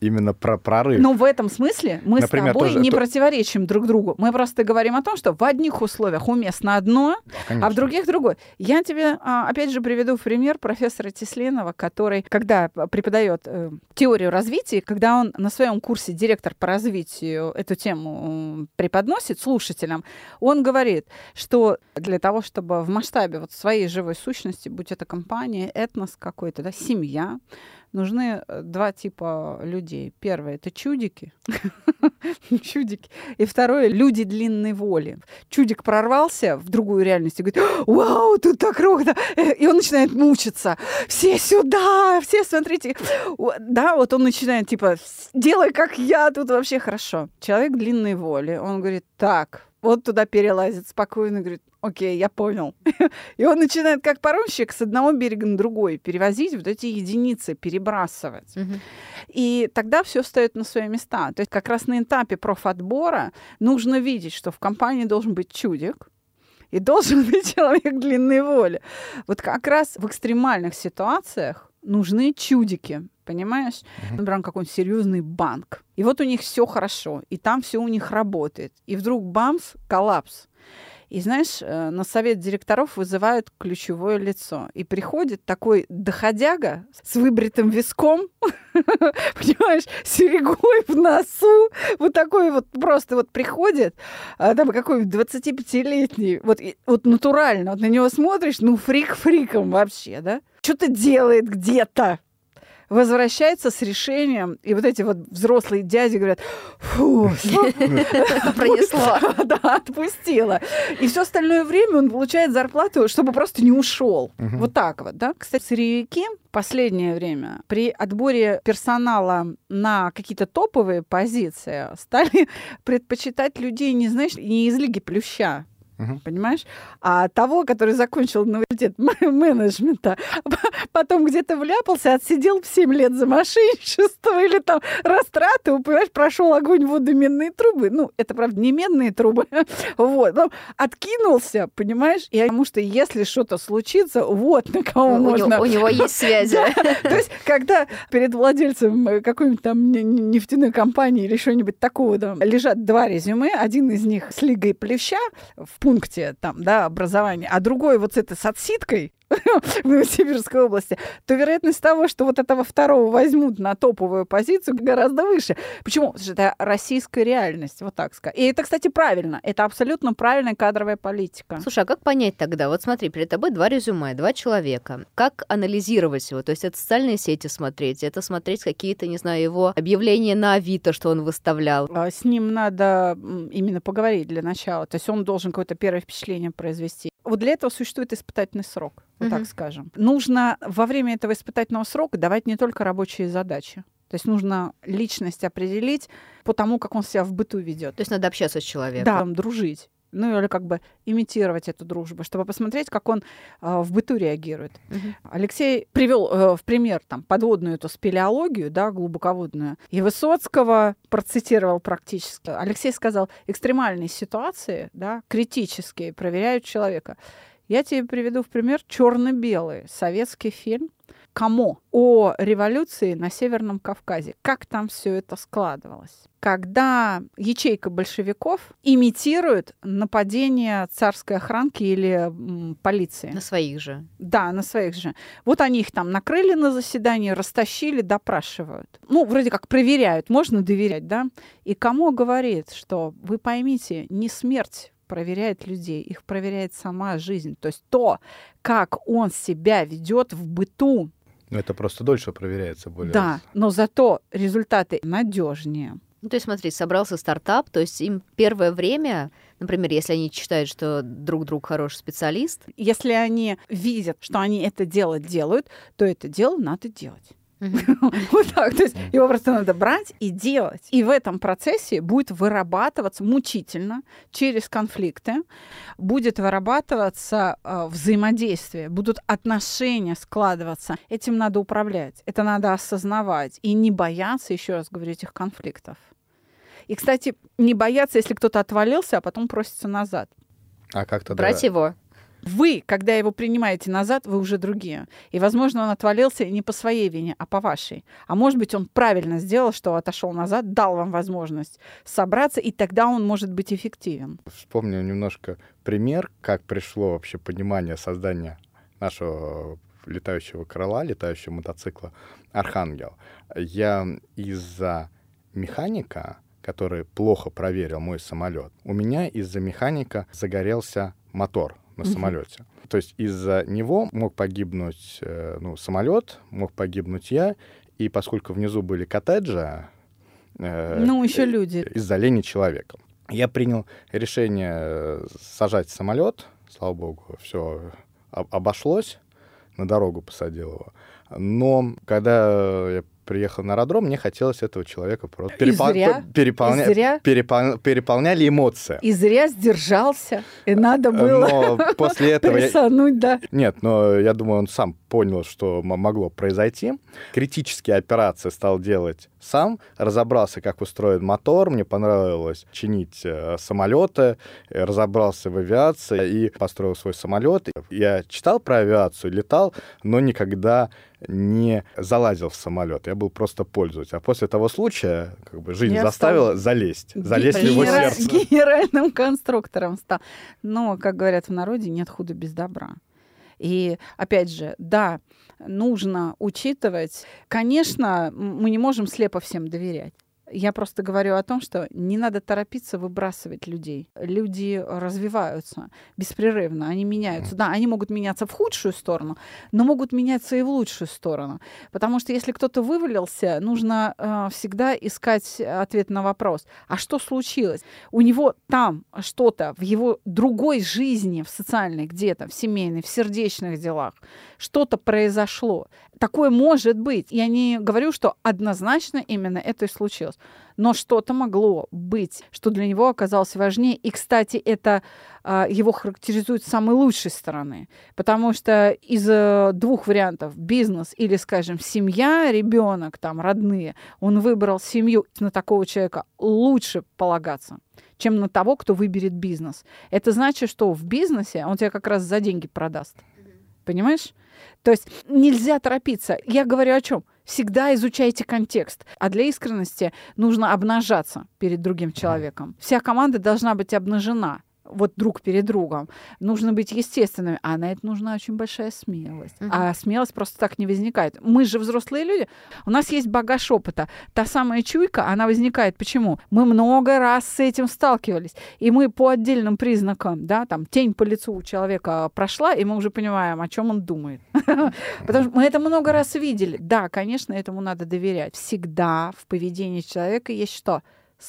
Speaker 2: именно про прорыв.
Speaker 3: Но в этом смысле мы
Speaker 2: Например,
Speaker 3: с тобой
Speaker 2: тоже
Speaker 3: не противоречим друг другу. Мы просто говорим о том, что в одних условиях уместно одно, а в других другое. Я тебе, опять же, приведу в пример профессора Тесленова, который, когда преподает теорию развития, когда он на своем курсе «Директор по развитию» эту тему преподносит слушателям, он говорит, что для того, чтобы в масштабе вот своей живой сущности, будь это компания, этнос какой-то, да, семья, нужны два типа людей. Первое — это чудики. Чудики. И второе — люди длинной воли. Чудик прорвался в другую реальность и говорит: вау, тут так круто! И он начинает мучиться. Все сюда! Все, смотрите! Да, вот он начинает, типа, делай, как я, тут вообще хорошо. Человек длинной воли, он говорит: так, вот туда перелазит спокойно, говорит: окей, я понял. И он начинает, как паромщик, с одного берега на другой перевозить вот эти единицы, перебрасывать. И тогда все встает на свои места. То есть как раз на этапе профотбора нужно видеть, что в компании должен быть чудик и должен быть человек длинной воли. Вот как раз в экстремальных ситуациях нужны чудики. Понимаешь? Например, какой-нибудь серьезный банк. И вот у них все хорошо, и там все у них работает. И вдруг бамс, коллапс. И знаешь, на совет директоров вызывают ключевое лицо. И приходит такой доходяга с выбритым виском, понимаешь, с серьгой в носу. Вот такой вот просто вот приходит, там какой-нибудь 25-летний, вот натурально, вот на него смотришь, ну фрик фриком вообще, да? Что-то делает где-то. Возвращается с решением, и вот эти вот взрослые дяди говорят: фу,
Speaker 4: пронесло.
Speaker 3: Да, отпустила. И все остальное время он получает зарплату, чтобы просто не ушел. Вот так вот, да. Кстати, сырьевики в последнее время при отборе персонала на какие-то топовые позиции стали предпочитать людей, не знаешь, не из Лиги Плюща. Понимаешь? А того, который закончил университет менеджмента, потом где-то вляпался, отсидел 7 лет за мошенничество или там растрату, понимаешь, прошел огонь, воду, медные трубы. Ну, это, правда, не медные трубы. Вот. Но откинулся, понимаешь? И потому что если что-то случится, вот на кого можно...
Speaker 4: У него есть связи.
Speaker 3: То есть, когда перед владельцем какой-нибудь там нефтяной компании или что-нибудь такого лежат два резюме, один из них с Лигой Плюща в пункте там, да, образования, а другой вот с этой с отсидкой в Новосибирской области, то вероятность того, что вот этого второго возьмут на топовую позицию, гораздо выше. Почему? Потому что это российская реальность, вот так сказать. И это, кстати, правильно. Это абсолютно правильная кадровая политика.
Speaker 4: Слушай, а как понять тогда? Вот смотри, перед тобой два резюме, два человека. Как анализировать его? То есть это социальные сети смотреть, это смотреть какие-то, не знаю, его объявления на Авито, что он выставлял.
Speaker 3: С ним надо именно поговорить для начала. То есть он должен какое-то первое впечатление произвести. Вот для этого существует испытательный срок, вот так скажем. Нужно во время этого испытательного срока давать не только рабочие задачи. То есть нужно личность определить по тому, как он себя в быту ведет.
Speaker 4: То есть надо общаться с человеком.
Speaker 3: Да, дружить. Ну, или как бы имитировать эту дружбу, чтобы посмотреть, как он в быту реагирует. Алексей привел в пример там подводную эту спелеологию, да, глубоководную, и Высоцкого процитировал практически. Алексей сказал: экстремальные ситуации, да, критические, проверяют человека. Я тебе приведу в пример черно-белый советский фильм «Камо» о революции на Северном Кавказе. Как там все это складывалось? Когда ячейка большевиков имитирует нападение царской охранки или полиции.
Speaker 4: На своих же.
Speaker 3: Да, на своих же. Вот они их там накрыли на заседании, растащили, допрашивают. Ну, вроде как проверяют, можно доверять, да? И Камо говорит, что вы поймите, не смерть проверяет людей, их проверяет сама жизнь. То есть то, как он себя ведет в быту.
Speaker 2: Но это просто дольше проверяется более.
Speaker 3: Да, но зато результаты надежнее.
Speaker 4: Ну, то есть, смотри, собрался стартап, то есть им первое время, например, если они считают, что друг хороший специалист.
Speaker 3: Если они видят, что они это дело делают, то это дело надо делать. Вот так. То есть его просто надо брать и делать. И в этом процессе будет вырабатываться мучительно через конфликты, будет вырабатываться взаимодействие, будут отношения складываться. Этим надо управлять, это надо осознавать и не бояться, еще раз говорю, этих конфликтов. И, кстати, не бояться, если кто-то отвалился, а потом просится назад.
Speaker 2: А как тогда?
Speaker 4: Брать его.
Speaker 3: Вы, когда его принимаете назад, вы уже другие. И, возможно, он отвалился не по своей вине, а по вашей. А может быть, он правильно сделал, что отошел назад, дал вам возможность собраться, и тогда он может быть эффективен.
Speaker 2: Вспомню немножко пример, как пришло вообще понимание создания нашего летающего крыла, летающего мотоцикла «Архангел». Я из-за механика, который плохо проверил мой самолет, у меня из-за механика загорелся мотор на самолете. То есть из-за него мог погибнуть самолет, мог погибнуть я, и поскольку внизу были коттеджи,
Speaker 3: еще люди.
Speaker 2: Из-за лени человека. Я принял решение сажать самолет, слава богу, все обошлось, на дорогу посадил его. Но когда я приехал на аэродром, мне хотелось этого человека просто переполняли эмоции.
Speaker 3: И зря сдержался, и надо было
Speaker 2: после этого
Speaker 3: присануть, да.
Speaker 2: Нет, но я думаю, он сам понял, что могло произойти. Критические операции стал делать сам, разобрался, как устроен мотор, мне понравилось чинить самолеты, разобрался в авиации и построил свой самолет. Я читал про авиацию, летал, но никогда не залазил в самолет. Я был просто пользователь. А после того случая жизнь заставила залезть в его сердце.
Speaker 3: Генеральным конструктором стал. Но, как говорят в народе, нет худа без добра. И, опять же, да, нужно учитывать. Конечно, мы не можем слепо всем доверять. Я просто говорю о том, что не надо торопиться выбрасывать людей. Люди развиваются беспрерывно, они меняются. Да, они могут меняться в худшую сторону, но могут меняться и в лучшую сторону. Потому что если кто-то вывалился, нужно всегда искать ответ на вопрос. А что случилось? У него там что-то в его другой жизни, в социальной где-то, в семейной, в сердечных делах, что-то произошло. Такое может быть. Я не говорю, что однозначно именно это и случилось. Но что-то могло быть, что для него оказалось важнее. И, кстати, это его характеризует с самой лучшей стороны. Потому что из двух вариантов, бизнес или, скажем, семья, ребенок, там, родные, он выбрал семью. На такого человека лучше полагаться, чем на того, кто выберет бизнес. Это значит, что в бизнесе он тебя как раз за деньги продаст. Понимаешь? То есть нельзя торопиться. Я говорю о чем? Всегда изучайте контекст. А для искренности нужно обнажаться перед другим человеком. Вся команда должна быть обнажена. Вот друг перед другом. Нужно быть естественными. А на это нужна очень большая смелость. А смелость просто так не возникает. Мы же взрослые люди. У нас есть багаж опыта. Та самая чуйка, она возникает. Почему? Мы много раз с этим сталкивались. И мы по отдельным признакам, да, там, тень по лицу у человека прошла, и мы уже понимаем, о чем он думает. Потому что мы это много раз видели. Да, конечно, этому надо доверять. Всегда в поведении человека есть что?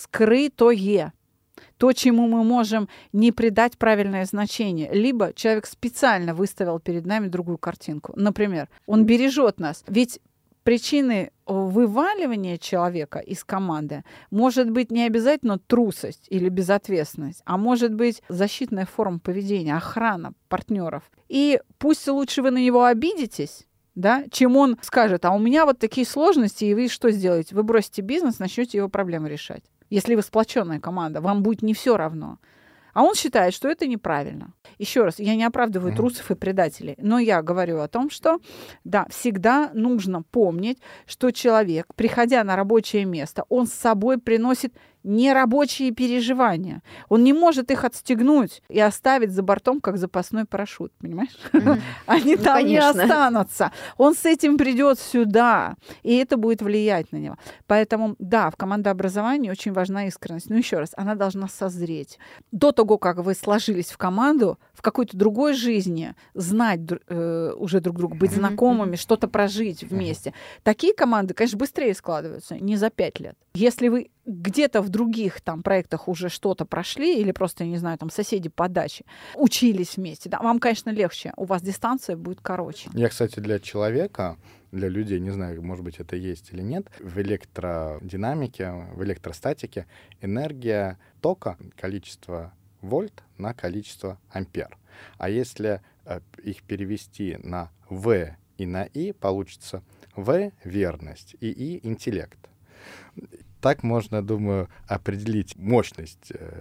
Speaker 3: Скрытое. То, чему мы можем не придать правильное значение. Либо человек специально выставил перед нами другую картинку. Например, он бережет нас. Ведь причины вываливания человека из команды может быть не обязательно трусость или безответственность, а может быть защитная форма поведения, охрана партнеров. И пусть лучше вы на него обидитесь, да, чем он скажет, а у меня вот такие сложности, и вы что сделаете? Вы бросите бизнес, начнете его проблемы решать. Если вы сплоченная команда, вам будет не все равно. А он считает, что это неправильно. Еще раз, я не оправдываю трусов и предателей, но я говорю о том, что, да, всегда нужно помнить, что человек, приходя на рабочее место, он с собой приносит нерабочие переживания. Он не может их отстегнуть и оставить за бортом, как запасной парашют, понимаешь? Они там не останутся. Он с этим придет сюда, и это будет влиять на него. Поэтому, да, в командообразовании очень важна искренность. Но еще раз, она должна созреть. До того, как вы сложились в команду, в какой-то другой жизни, знать уже друг друга, быть знакомыми, что-то прожить вместе. Такие команды, конечно, быстрее складываются, не за 5 лет. Если вы где-то в других там проектах уже что-то прошли, или просто, я не знаю, там соседи по даче, учились вместе, да, вам, конечно, легче, у вас дистанция будет короче.
Speaker 2: Я, кстати, для человека, для людей, не знаю, может быть, это есть или нет, в электродинамике, в электростатике энергия тока, количество вольт на количество ампер. А если их перевести на В и на И, получится В — верность, и интеллект. Так можно, думаю, определить мощность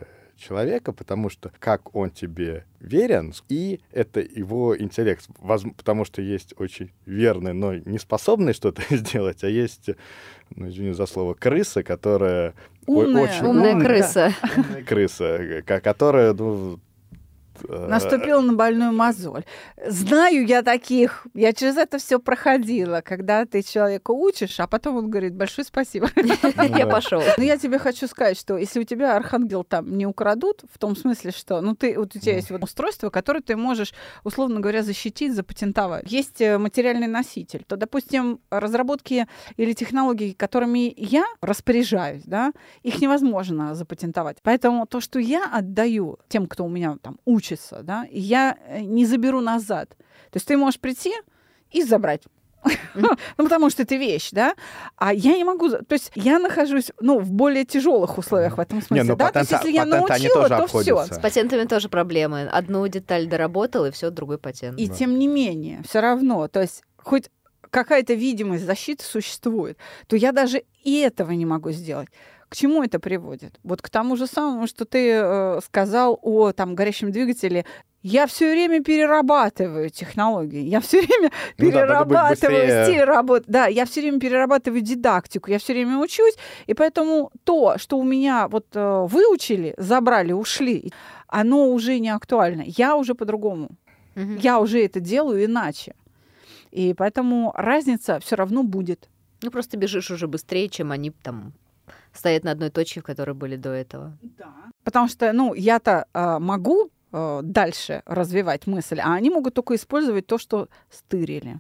Speaker 2: человека, потому что как он тебе верен, и это его интеллект. Потому что есть очень верный, но не способный что-то сделать, а есть, ну, извини за слово, крыса, которая...
Speaker 3: Умная
Speaker 4: крыса.
Speaker 2: Умная крыса, которая, ну...
Speaker 3: Наступила на больную мозоль. Знаю я таких. Я через это все проходила, когда ты человека учишь, а потом он говорит: большое спасибо.
Speaker 4: Я пошел.
Speaker 3: Но я тебе хочу сказать, что если у тебя архангел там не украдут, в том смысле, что у тебя есть вот устройство, которое ты можешь, условно говоря, защитить, запатентовать. Есть материальный носитель. То, допустим, разработки или технологии, которыми я распоряжаюсь, да, их невозможно запатентовать. Поэтому то, что я отдаю тем, кто у меня там учится, да, я не заберу назад. То есть ты можешь прийти и забрать. Ну, потому что это вещь, да? А я не могу... То есть я нахожусь, в более тяжелых условиях в этом смысле, да? То есть если я научила, то все.
Speaker 4: С патентами тоже проблемы. Одну деталь доработал, и все, другой патент.
Speaker 3: И тем не менее, все равно, то есть хоть какая-то видимость защиты существует, то я даже и этого не могу сделать. К чему это приводит? Вот к тому же самому, что ты сказал о там горящем двигателе. Я все время перерабатываю технологии, я все время перерабатываю стиль работы, да, я все время перерабатываю дидактику, я все время учусь, и поэтому то, что у меня вот выучили, забрали, ушли, оно уже не актуально. Я уже по-другому, я уже это делаю иначе, и поэтому разница все равно будет.
Speaker 4: Ну просто бежишь уже быстрее, чем они там стоят на одной точке, в которой были до этого.
Speaker 3: Да. Потому что, я-то могу дальше развивать мысль, а они могут только использовать то, что стырили.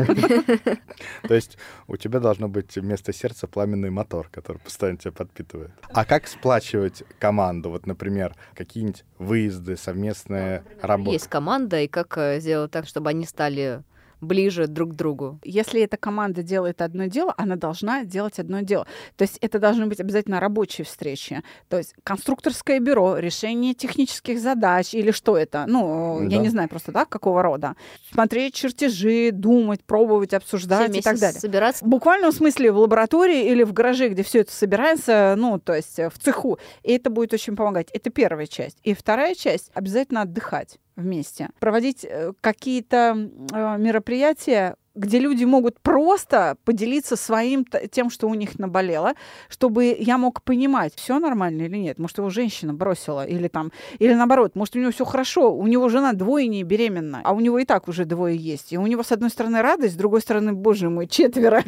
Speaker 2: То есть у тебя должно быть вместо сердца пламенный мотор, который постоянно тебя подпитывает. А как сплачивать команду? Вот, например, какие-нибудь выезды, совместные работы?
Speaker 4: Есть команда, и как сделать так, чтобы они стали ближе друг к другу.
Speaker 3: Если эта команда делает одно дело, она должна делать одно дело. То есть это должны быть обязательно рабочие встречи. То есть конструкторское бюро, решение технических задач или что это? Я не знаю просто, да, какого рода. Смотреть чертежи, думать, пробовать, обсуждать и так далее.
Speaker 4: Собираться.
Speaker 3: В буквальном смысле в лаборатории или в гараже, где все это собирается, то есть в цеху. И это будет очень помогать. Это первая часть. И вторая часть — обязательно отдыхать вместе. Проводить какие-то мероприятия, где люди могут просто поделиться своим тем, что у них наболело, чтобы я мог понимать, все нормально или нет. Может, его женщина бросила, или наоборот, может, у него все хорошо, у него жена двойня беременна, а у него и так уже двое есть. И у него, с одной стороны, радость, с другой стороны, боже мой, 4.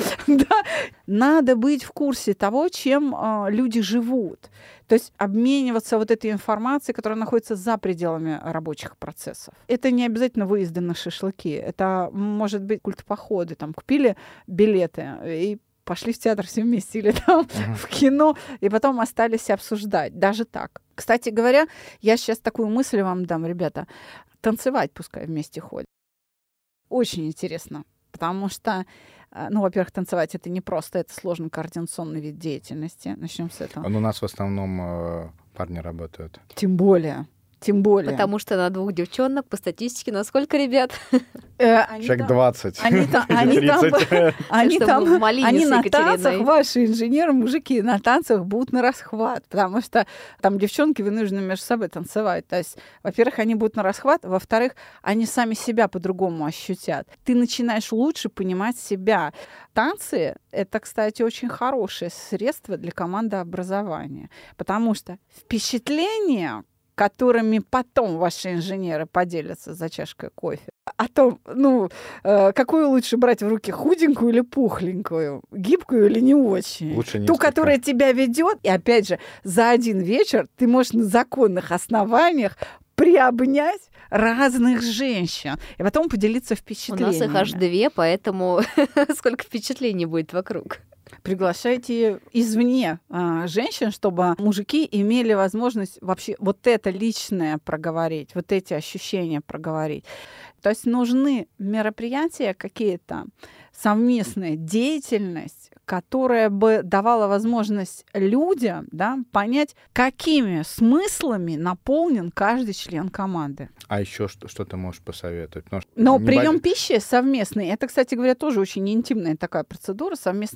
Speaker 3: Надо быть в курсе того, чем люди живут. То есть обмениваться вот этой информацией, которая находится за пределами рабочих процессов. Это не обязательно выезды на шашлыки. Это может быть культпоходы. Там купили билеты и пошли в театр все вместе или там в кино, и потом остались обсуждать. Даже так. Кстати говоря, я сейчас такую мысль вам дам, ребята. Танцевать пускай вместе ходят. Очень интересно. Потому что, во-первых, танцевать — это не просто, это сложный координационный вид деятельности. Начнем с этого.
Speaker 2: У нас в основном парни работают.
Speaker 3: Тем более.
Speaker 4: Потому что на 2 девчонок, по статистике, на сколько, ребят?
Speaker 2: Человек 20.
Speaker 3: Они на танцах, ваши инженеры, мужики, на танцах будут на расхват, потому что там девчонки вынуждены между собой танцевать. То есть, во-первых, они будут на расхват, во-вторых, они сами себя по-другому ощутят. Ты начинаешь лучше понимать себя. Танцы — это, кстати, очень хорошее средство для командообразования, потому что впечатление, которыми потом ваши инженеры поделятся за чашкой кофе, о том, какую лучше брать в руки, худенькую или пухленькую, гибкую или не очень.
Speaker 2: Лучше
Speaker 3: ту, которая тебя ведет. И опять же, за один вечер ты можешь на законных основаниях приобнять разных женщин и потом поделиться впечатлениями.
Speaker 4: У нас их аж 2, поэтому сколько впечатлений будет вокруг.
Speaker 3: Приглашайте извне женщин, чтобы мужики имели возможность вообще вот это личное проговорить, вот эти ощущения проговорить. То есть нужны мероприятия какие-то, совместная деятельность, которая бы давала возможность людям, понять, какими смыслами наполнен каждый член команды.
Speaker 2: А еще что ты можешь посоветовать?
Speaker 3: Но прием пищи совместный, это, кстати говоря, тоже очень интимная такая процедура, совместный прием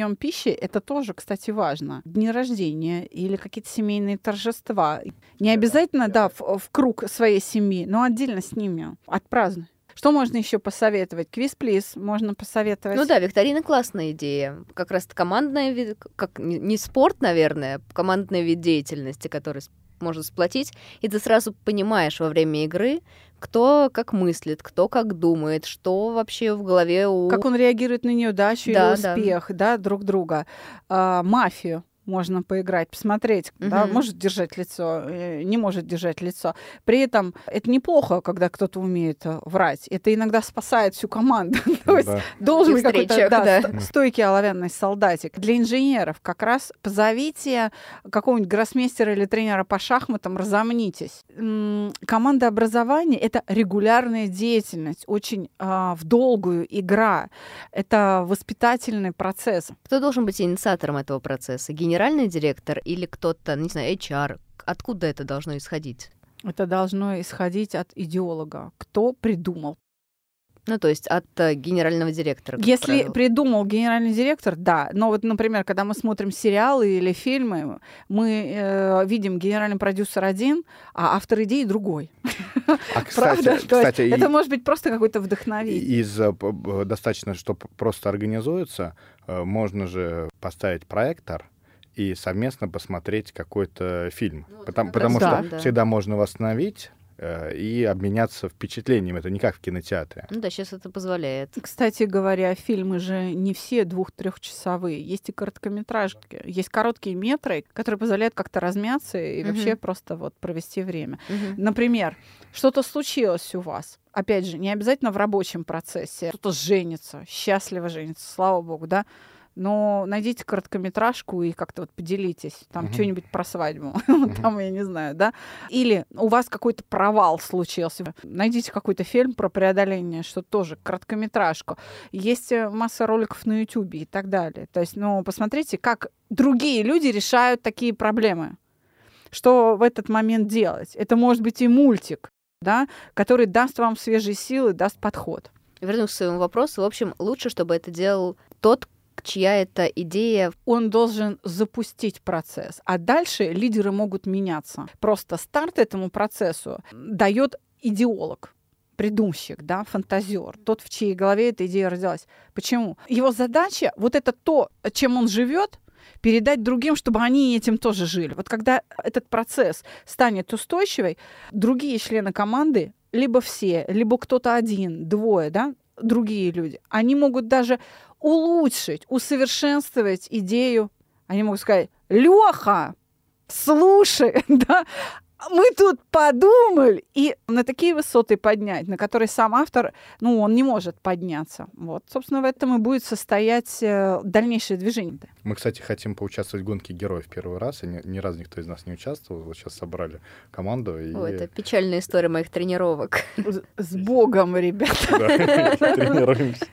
Speaker 3: прием пищи, это тоже, кстати, важно. Дни рождения или какие-то семейные торжества. Не обязательно, да, в круг своей семьи, но отдельно с ними отпразднуй. Что можно еще посоветовать? Квиз-плиз можно посоветовать.
Speaker 4: Ну да, викторина классная идея. Как раз командная вид, как не спорт, наверное, командный вид деятельности, который может сплотить, и ты сразу понимаешь во время игры, кто как мыслит, кто как думает, что вообще в голове у...
Speaker 3: Как он реагирует на неудачу или успех, да, друг друга. Мафию можно поиграть, посмотреть, да, может держать лицо, не может держать лицо. При этом это неплохо, когда кто-то умеет врать. Это иногда спасает всю команду. То есть должен быть какой-то стойкий оловянный солдатик. Для инженеров как раз позовите какого-нибудь гроссмейстера или тренера по шахматам, разомнитесь. Команда образования — это регулярная деятельность, очень в долгую игра. Это воспитательный процесс.
Speaker 4: Кто должен быть инициатором этого процесса? Генеральный директор или кто-то, не знаю, HR? Откуда это должно исходить?
Speaker 3: Это должно исходить от идеолога. Кто придумал?
Speaker 4: Ну, то есть от генерального директора.
Speaker 3: Если придумал генеральный директор, да. Но вот, например, когда мы смотрим сериалы или фильмы, мы видим генеральный продюсер один, а автор идеи другой.
Speaker 2: Кстати,
Speaker 3: это может быть просто какой-то вдохновитель.
Speaker 2: Достаточно, что просто организуется, можно же поставить проектор и совместно посмотреть какой-то фильм. Потому что всегда можно восстановить и обменяться впечатлениями. Это не как в кинотеатре.
Speaker 4: Ну да, сейчас это позволяет.
Speaker 3: Кстати говоря, фильмы же не все 2-3-часовые. Есть и короткометражки. Есть короткие метры, которые позволяют как-то размяться и вообще просто вот провести время. Например, что-то случилось у вас. Опять же, не обязательно в рабочем процессе. Кто-то женится, счастливо женится, слава богу, да? Но найдите короткометражку и как-то вот поделитесь. Там что-нибудь про свадьбу. Там, я не знаю, да? Или у вас какой-то провал случился. Найдите какой-то фильм про преодоление, что тоже короткометражку. Есть масса роликов на YouTube и так далее. То есть, посмотрите, как другие люди решают такие проблемы. Что в этот момент делать? Это может быть и мультик, да, который даст вам свежие силы, даст подход.
Speaker 4: Вернусь к своему вопросу. В общем, лучше, чтобы это делал тот, чья это идея.
Speaker 3: Он должен запустить процесс, а дальше лидеры могут меняться. Просто старт этому процессу дает идеолог, придумщик, да, фантазер, тот, в чьей голове эта идея родилась. Почему? Его задача, вот это то, чем он живет, передать другим, чтобы они этим тоже жили. Вот когда этот процесс станет устойчивой, другие члены команды, либо все, либо кто-то один, двое, да, другие люди, они могут даже улучшить, усовершенствовать идею. Они могут сказать: Лёха, слушай, да, мы тут подумали, и на такие высоты поднять, на которые сам автор, он не может подняться. Вот, собственно, в этом и будет состоять дальнейшее движение.
Speaker 2: Мы, кстати, хотим поучаствовать в гонке героев первый раз, и ни разу никто из нас не участвовал. Вот сейчас собрали команду.
Speaker 4: Это печальная история моих тренировок.
Speaker 3: С Богом, ребята.
Speaker 2: Да, тренируемся.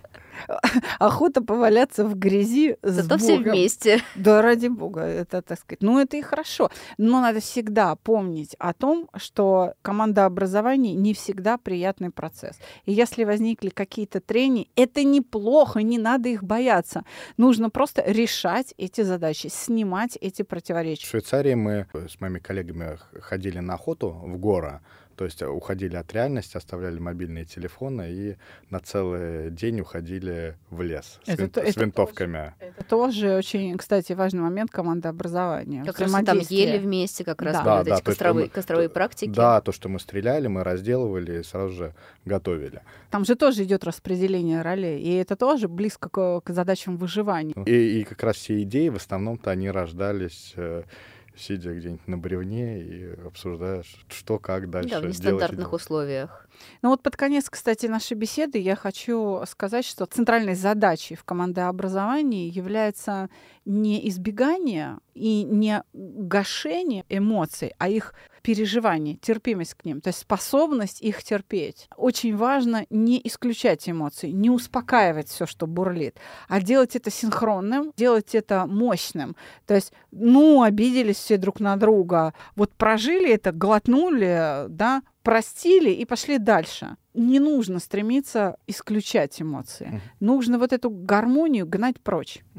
Speaker 3: Охота поваляться в грязи с
Speaker 4: Зато
Speaker 3: Богом.
Speaker 4: все вместе.
Speaker 3: Да, ради Бога, это, так сказать. Это и хорошо. Но надо всегда помнить о том, что командообразование не всегда приятный процесс. И если возникли какие-то трения, это неплохо, не надо их бояться. Нужно просто решать эти задачи, снимать эти противоречия.
Speaker 2: В Швейцарии мы с моими коллегами ходили на охоту в горы. То есть уходили от реальности, оставляли мобильные телефоны и на целый день уходили в лес с винтовками.
Speaker 3: Это тоже очень, кстати, важный момент командообразования.
Speaker 4: Как раз там ели вместе, как раз вот эти костровые практики.
Speaker 2: Да, то, что мы стреляли, мы разделывали и сразу же готовили.
Speaker 3: Там же тоже идет распределение ролей, и это тоже близко к задачам выживания.
Speaker 2: И как раз все идеи, в основном-то они рождались сидя где-нибудь на бревне и обсуждая, что, как дальше делать.
Speaker 4: Да, в нестандартных условиях.
Speaker 3: Под конец, кстати, нашей беседы я хочу сказать, что центральной задачей в командообразовании является не избегание и не гашение эмоций, а их переживание, терпимость к ним, то есть способность их терпеть. Очень важно не исключать эмоции, не успокаивать все, что бурлит, а делать это синхронным, делать это мощным. То есть, обиделись все друг на друга, вот прожили это, глотнули, да, простили и пошли дальше. Не нужно стремиться исключать эмоции. Нужно вот эту гармонию гнать прочь.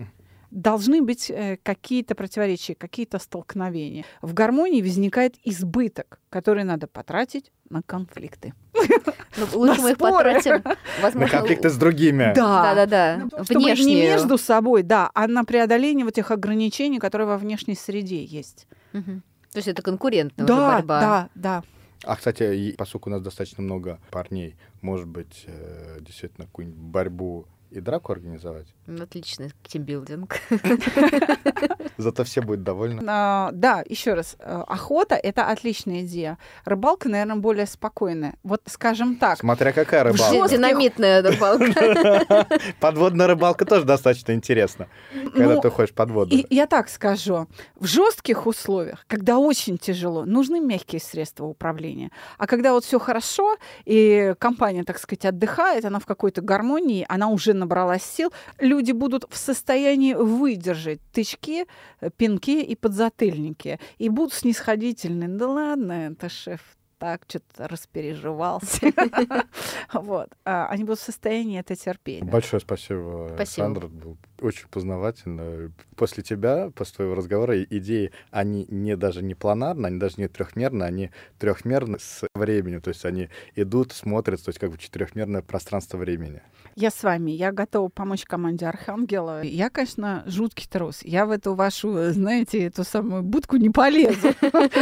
Speaker 3: должны быть какие-то противоречия, какие-то столкновения. В гармонии возникает избыток, который надо потратить на конфликты.
Speaker 4: Лучше мы их потратим,
Speaker 2: На конфликты с другими.
Speaker 4: Да.
Speaker 3: Чтобы не между собой, да, а на преодоление вот этих ограничений, которые во внешней среде есть.
Speaker 4: То есть это конкурентная уже борьба.
Speaker 3: Да.
Speaker 2: А, кстати, поскольку у нас достаточно много парней, может быть, действительно какую-нибудь борьбу и драку организовать?
Speaker 4: Отличный тимбилдинг.
Speaker 2: Зато все будут довольны.
Speaker 3: Да, еще раз, охота — это отличная идея. Рыбалка, наверное, более спокойная. Вот, скажем так.
Speaker 2: Смотря какая рыбалка.
Speaker 4: Динамитная рыбалка.
Speaker 2: Подводная рыбалка тоже достаточно интересна, когда ты ходишь под воду.
Speaker 3: Я так скажу. В жестких условиях, когда очень тяжело, нужны мягкие средства управления. А когда вот все хорошо, и компания, так сказать, отдыхает, она в какой-то гармонии, она уже набралась сил, люди будут в состоянии выдержать тычки, пинки и подзатыльники. И будут снисходительны. Да ладно, это шеф так что-то распереживался. Вот. Они будут в состоянии это терпеть.
Speaker 2: Большое спасибо, Александра. Было очень познавательно. После тебя, после твоего разговора, идеи, они даже не планарны, они даже не трехмерны, они трехмерны с временем. То есть они идут, смотрят, то есть как бы четырехмерное пространство времени. Я
Speaker 3: с вами. Я готова помочь команде Архангела. Я, конечно, жуткий трус. Я в эту вашу, знаете, эту самую будку не полезу.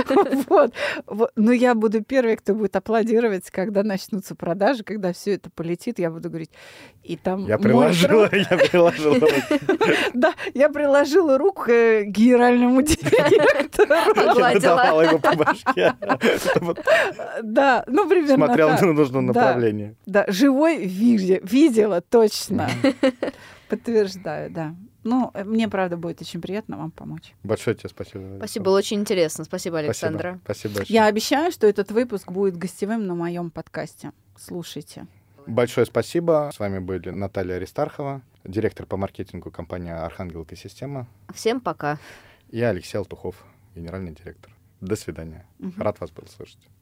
Speaker 3: Но я буду первый, кто будет аплодировать, когда начнутся продажи, когда все это полетит, я буду говорить, и там...
Speaker 2: Я приложила руку.
Speaker 3: Да, я приложила руку к генеральному директору.
Speaker 2: Давала его по башке.
Speaker 3: Да, ну, примерно
Speaker 2: смотрел на нужном направлении.
Speaker 3: Да, живой видела, точно. Подтверждаю, да. Ну, мне, правда, будет очень приятно вам помочь.
Speaker 2: Большое тебе спасибо.
Speaker 4: Спасибо, было очень интересно. Спасибо, Александра.
Speaker 2: Спасибо большое.
Speaker 3: Я обещаю, что этот выпуск будет гостевым на моем подкасте. Слушайте.
Speaker 2: Большое спасибо. С вами были Наталья Аристархова, директор по маркетингу компании «Архангел Экосистема».
Speaker 4: Всем пока.
Speaker 2: И Алексей Алтухов, генеральный директор. До свидания. Рад вас был слышать.